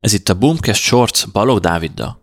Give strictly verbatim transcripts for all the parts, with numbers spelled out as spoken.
Ez itt a Boomcast Shorts Balogh Dáviddal.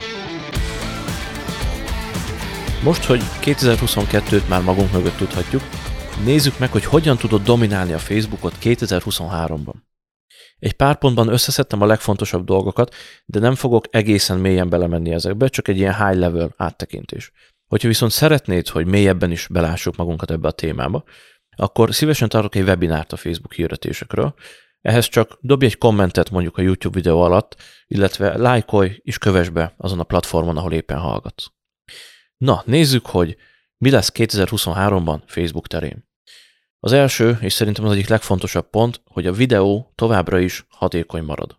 Most, hogy kétezer-huszonkettőt már magunk mögött tudhatjuk, nézzük meg, hogy hogyan tudod dominálni a Facebookot kétezer-huszonháromban. Egy pár pontban összeszedtem a legfontosabb dolgokat, de nem fogok egészen mélyen belemenni ezekbe, csak egy ilyen high-level áttekintés. Hogyha viszont szeretnéd, hogy mélyebben is belássuk magunkat ebbe a témába, akkor szívesen tartok egy webinárt a Facebook hirdetésekről. Ehhez csak dobj egy kommentet mondjuk a YouTube videó alatt, illetve lájkolj és kövess be azon a platformon, ahol éppen hallgatsz. Na, nézzük, hogy mi lesz kétezer-huszonháromban Facebook terén. Az első, és szerintem az egyik legfontosabb pont, hogy a videó továbbra is hatékony marad.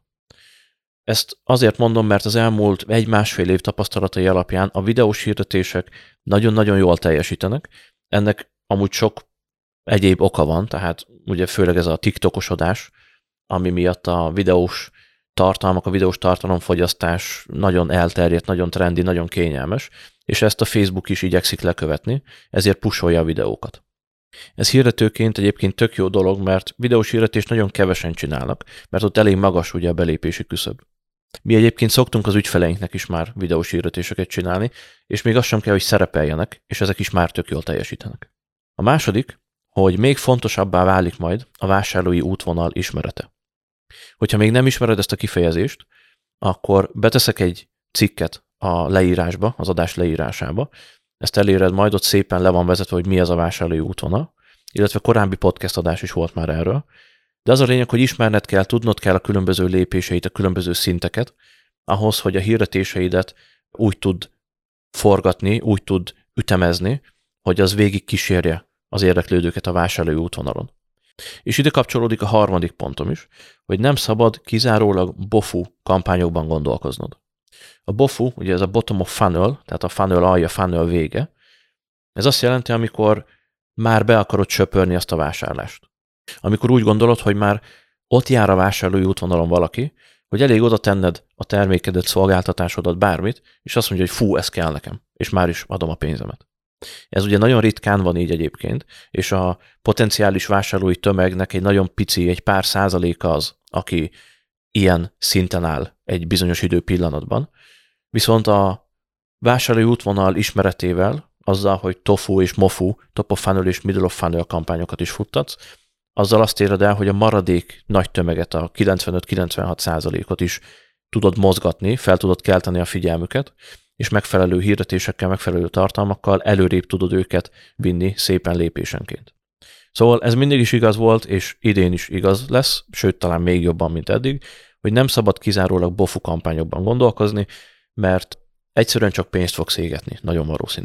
Ezt azért mondom, mert az elmúlt egy-másfél év tapasztalatai alapján a videós hirdetések nagyon-nagyon jól teljesítenek. Ennek amúgy sok egyéb oka van, tehát ugye főleg ez a TikTokosodás, ami miatt a videós tartalmak, a videós tartalomfogyasztás nagyon elterjedt, nagyon trendi, nagyon kényelmes, és ezt a Facebook is igyekszik lekövetni, ezért pusolja a videókat. Ez hirdetőként egyébként tök jó dolog, mert videós hirdetést nagyon kevesen csinálnak, mert ott elég magas ugye a belépési küszöb. Mi egyébként szoktunk az ügyfeleinknek is már videós hirdetéseket csinálni, és még azt sem kell, hogy szerepeljenek, és ezek is már tök jól teljesítenek. A második, hogy még fontosabbá válik majd a vásárlói útvonal ismerete. Hogyha még nem ismered ezt a kifejezést, akkor beteszek egy cikket a leírásba, az adás leírásába. Ezt eléred majd, ott szépen le van vezetve, hogy mi az a vásárlói útvonal, illetve korábbi podcast adás is volt már erről. De az a lényeg, hogy ismerned kell, tudnod kell a különböző lépéseit, a különböző szinteket, ahhoz, hogy a hirdetéseidet úgy tud forgatni, úgy tud ütemezni, hogy az végig kísérje az érdeklődőket a vásárlói útvonalon. És ide kapcsolódik a harmadik pontom is, hogy nem szabad kizárólag bofu kampányokban gondolkoznod. A bofu, ugye ez a bottom of funnel, tehát a funnel alja, funnel vége, ez azt jelenti, amikor már be akarod söpörni azt a vásárlást. Amikor úgy gondolod, hogy már ott jár a vásárlói útvonalon valaki, hogy elég oda tenned a termékedet, szolgáltatásodat, bármit, és azt mondja, hogy fú, ez kell nekem, és már is adom a pénzemet. Ez ugye nagyon ritkán van így egyébként, és a potenciális vásárlói tömegnek egy nagyon pici, egy pár százaléka az, aki ilyen szinten áll egy bizonyos időpillanatban. Viszont a vásárlói útvonal ismeretével, azzal, hogy tofu és mofu, top of funnel és middle of funnel kampányokat is futtatsz, azzal azt éred el, hogy a maradék nagy tömeget, a kilencvenöt-kilencvenhat százalékot is tudod mozgatni, fel tudod kelteni a figyelmüket, és megfelelő hirdetésekkel, megfelelő tartalmakkal előrébb tudod őket vinni szépen lépésenként. Szóval ez mindig is igaz volt, és idén is igaz lesz, sőt talán még jobban, mint eddig, hogy nem szabad kizárólag bofu kampányokban gondolkozni, mert egyszerűen csak pénzt fogsz égetni, nagyon valószínű.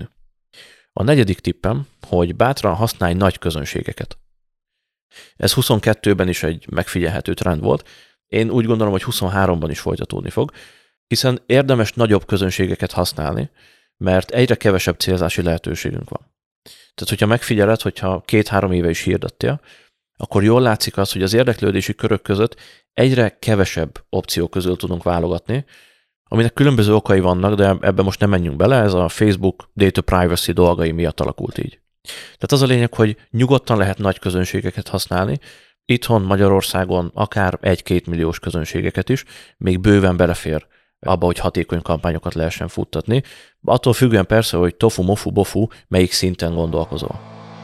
A negyedik tippem, hogy bátran használj nagy közönségeket. Ez huszonkettőben is egy megfigyelhető trend volt, én úgy gondolom, hogy huszonháromban is folytatódni fog, hiszen érdemes nagyobb közönségeket használni, mert egyre kevesebb célzási lehetőségünk van. Tehát, hogyha megfigyeled, hogyha két-három éve is hirdettél, akkor jól látszik az, hogy az érdeklődési körök között egyre kevesebb opció közül tudunk válogatni, aminek különböző okai vannak, de ebbe most nem menjünk bele, ez a Facebook data privacy dolgai miatt alakult így. Tehát az a lényeg, hogy nyugodtan lehet nagy közönségeket használni, itthon Magyarországon akár egy-két milliós közönségeket is, még bőven belefér abba, hogy hatékony kampányokat lehessen futtatni. Attól függően persze, hogy tofu, mofu, bofu, melyik szinten gondolkozol.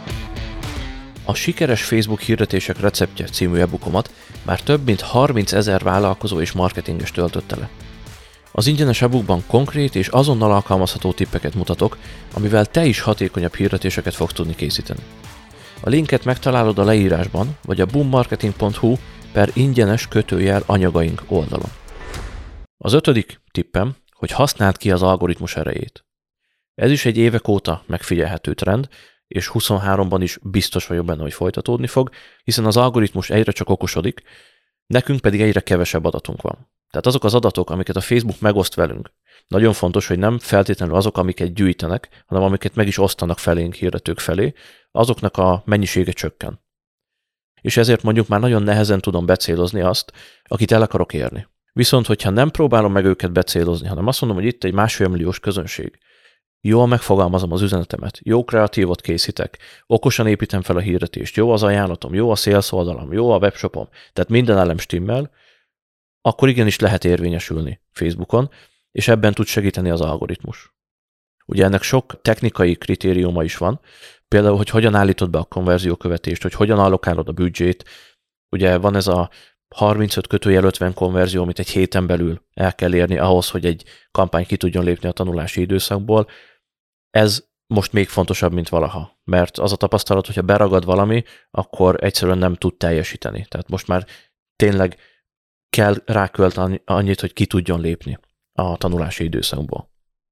A Sikeres Facebook hirdetések receptje című e-bookomat már több mint harmincezer vállalkozó és marketinges töltötte le. Az ingyenes e-bookban konkrét és azonnal alkalmazható tippeket mutatok, amivel te is hatékonyabb hirdetéseket fogsz tudni készíteni. A linket megtalálod a leírásban, vagy a boommarketing pont hu per ingyenes kötőjel anyagaink oldalon. Az ötödik tippem, hogy használd ki az algoritmus erejét. Ez is egy évek óta megfigyelhető trend, és huszonháromban is biztos vagyok benne, hogy folytatódni fog, hiszen az algoritmus egyre csak okosodik, nekünk pedig egyre kevesebb adatunk van. Tehát azok az adatok, amiket a Facebook megoszt velünk, nagyon fontos, hogy nem feltétlenül azok, amiket gyűjtenek, hanem amiket meg is osztanak felénk, hirdetők felé, azoknak a mennyisége csökken. És ezért mondjuk már nagyon nehezen tudom becélozni azt, akit el akarok érni. Viszont, hogyha nem próbálom meg őket becélozni, hanem azt mondom, hogy itt egy másfél milliós közönség, jól megfogalmazom az üzenetemet, jó kreatívot készítek, okosan építem fel a hirdetést, jó az ajánlatom, jó a sales oldalam, jó a webshopom, tehát minden elem stimmel, akkor igenis lehet érvényesülni Facebookon, és ebben tud segíteni az algoritmus. Ugye ennek sok technikai kritériuma is van, például, hogy hogyan állítod be a konverziókövetést, hogy hogyan allokálod a büdzsét. Ugye van ez a harmincöt kötőjel ötven konverzió, amit egy héten belül el kell érni ahhoz, hogy egy kampány ki tudjon lépni a tanulási időszakból. Ez most még fontosabb, mint valaha, mert az a tapasztalat, hogyha beragad valami, akkor egyszerűen nem tud teljesíteni. Tehát most már tényleg kell rákölteni annyit, hogy ki tudjon lépni a tanulási időszakból.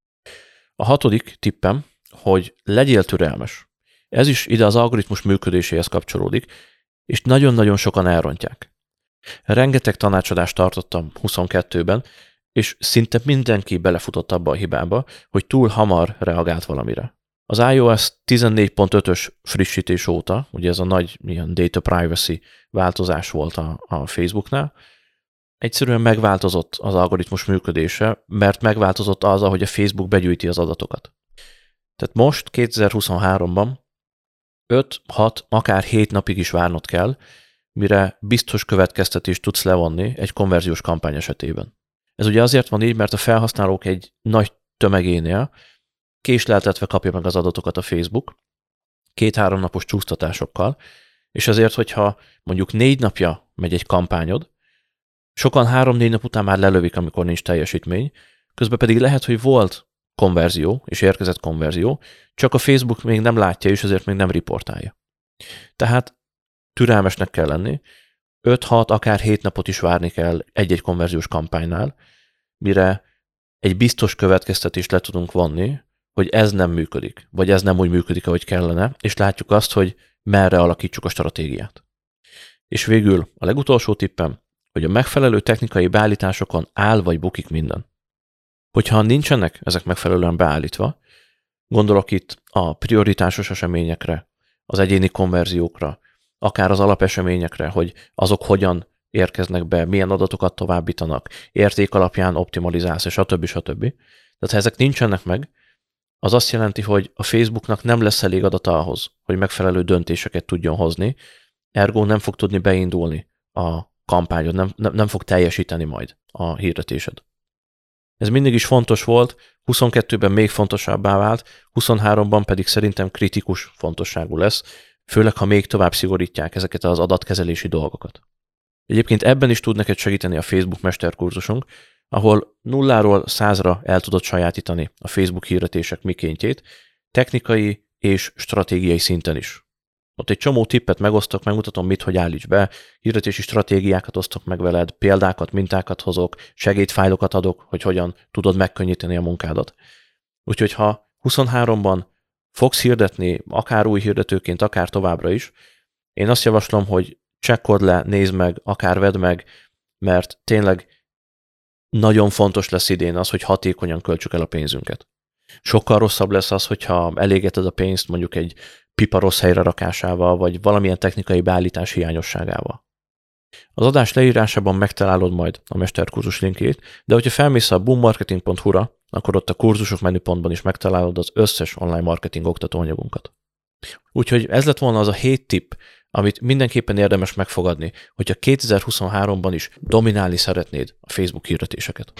A hatodik tippem, hogy legyél türelmes. Ez is ide az algoritmus működéséhez kapcsolódik, és nagyon-nagyon sokan elrontják. Rengeteg tanácsadást tartottam huszonkettőben, és szinte mindenki belefutott abba a hibába, hogy túl hamar reagált valamire. Az iOS tizennégy pont ötös frissítés óta, ugye ez a nagy ilyen data privacy változás volt a, a Facebooknál, egyszerűen megváltozott az algoritmus működése, mert megváltozott az, ahogy a Facebook begyűjti az adatokat. Tehát most kétezer-huszonháromban öt, hat, akár hét napig is várnod kell, mire biztos következtetést tudsz levonni egy konverziós kampány esetében. Ez ugye azért van így, mert a felhasználók egy nagy tömegénél késleltetve kapja meg az adatokat a Facebook, két-három napos csúsztatásokkal, és azért, hogyha mondjuk négy napja megy egy kampányod, sokan három-négy nap után már lelövik, amikor nincs teljesítmény, közben pedig lehet, hogy volt konverzió, és érkezett konverzió, csak a Facebook még nem látja, és ezért még nem riportálja. Tehát türelmesnek kell lenni, öt-hat, akár hét napot is várni kell egy-egy konverziós kampánynál, mire egy biztos következtetést le tudunk vonni, hogy ez nem működik, vagy ez nem úgy működik, ahogy kellene, és látjuk azt, hogy merre alakítsuk a stratégiát. És végül a legutolsó tippem, hogy a megfelelő technikai beállításokon áll vagy bukik minden. Hogyha nincsenek ezek megfelelően beállítva, gondolok itt a prioritásos eseményekre, az egyéni konverziókra, akár az alapeseményekre, hogy azok hogyan érkeznek be, milyen adatokat továbbítanak, érték alapján optimalizálsz, és stb. stb. Tehát ha ezek nincsenek meg, az azt jelenti, hogy a Facebooknak nem lesz elég adata ahhoz, hogy megfelelő döntéseket tudjon hozni, ergo nem fog tudni beindulni a kampányod, nem, nem, nem fog teljesíteni majd a hirdetésed. Ez mindig is fontos volt, huszonkettőben még fontosabbá vált, huszonháromban pedig szerintem kritikus fontosságú lesz, főleg ha még tovább szigorítják ezeket az adatkezelési dolgokat. Egyébként ebben is tud neked segíteni a Facebook mesterkurzusunk, ahol nulláról százra el tudod sajátítani a Facebook hirdetések mikéntjét, technikai és stratégiai szinten is. Ott egy csomó tippet megosztok, megmutatom mit, hogy állíts be, hirdetési stratégiákat osztok meg veled, példákat, mintákat hozok, segédfájlokat adok, hogy hogyan tudod megkönnyíteni a munkádat. Úgyhogy ha huszonháromban fogsz hirdetni, akár új hirdetőként, akár továbbra is, én azt javaslom, hogy csekkold le, nézd meg, akár vedd meg, mert tényleg nagyon fontos lesz idén az, hogy hatékonyan költsük el a pénzünket. Sokkal rosszabb lesz az, hogyha elégeted a pénzt mondjuk egy pipa rossz helyre rakásával, vagy valamilyen technikai beállítás hiányosságával. Az adás leírásában megtalálod majd a mesterkurzus linkjét, de hogyha felmész a boommarketing pont hu-ra, akkor ott a kurzusok menüpontban is megtalálod az összes online marketing oktatóanyagunkat. Úgyhogy ez lett volna az a hét tipp, amit mindenképpen érdemes megfogadni, hogyha kétezer-huszonháromban is dominálni szeretnéd a Facebook hirdetéseket.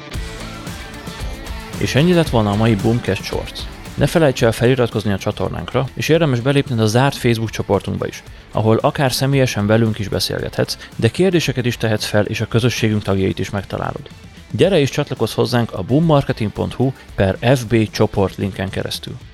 És ennyi lett volna a mai Boomcast Shorts. Ne felejts el feliratkozni a csatornánkra, és érdemes belépned a zárt Facebook csoportunkba is, ahol akár személyesen velünk is beszélgethetsz, de kérdéseket is tehetsz fel, és a közösségünk tagjait is megtalálod. Gyere és csatlakozz hozzánk a boommarketing pont hu per ef bé csoport linken keresztül.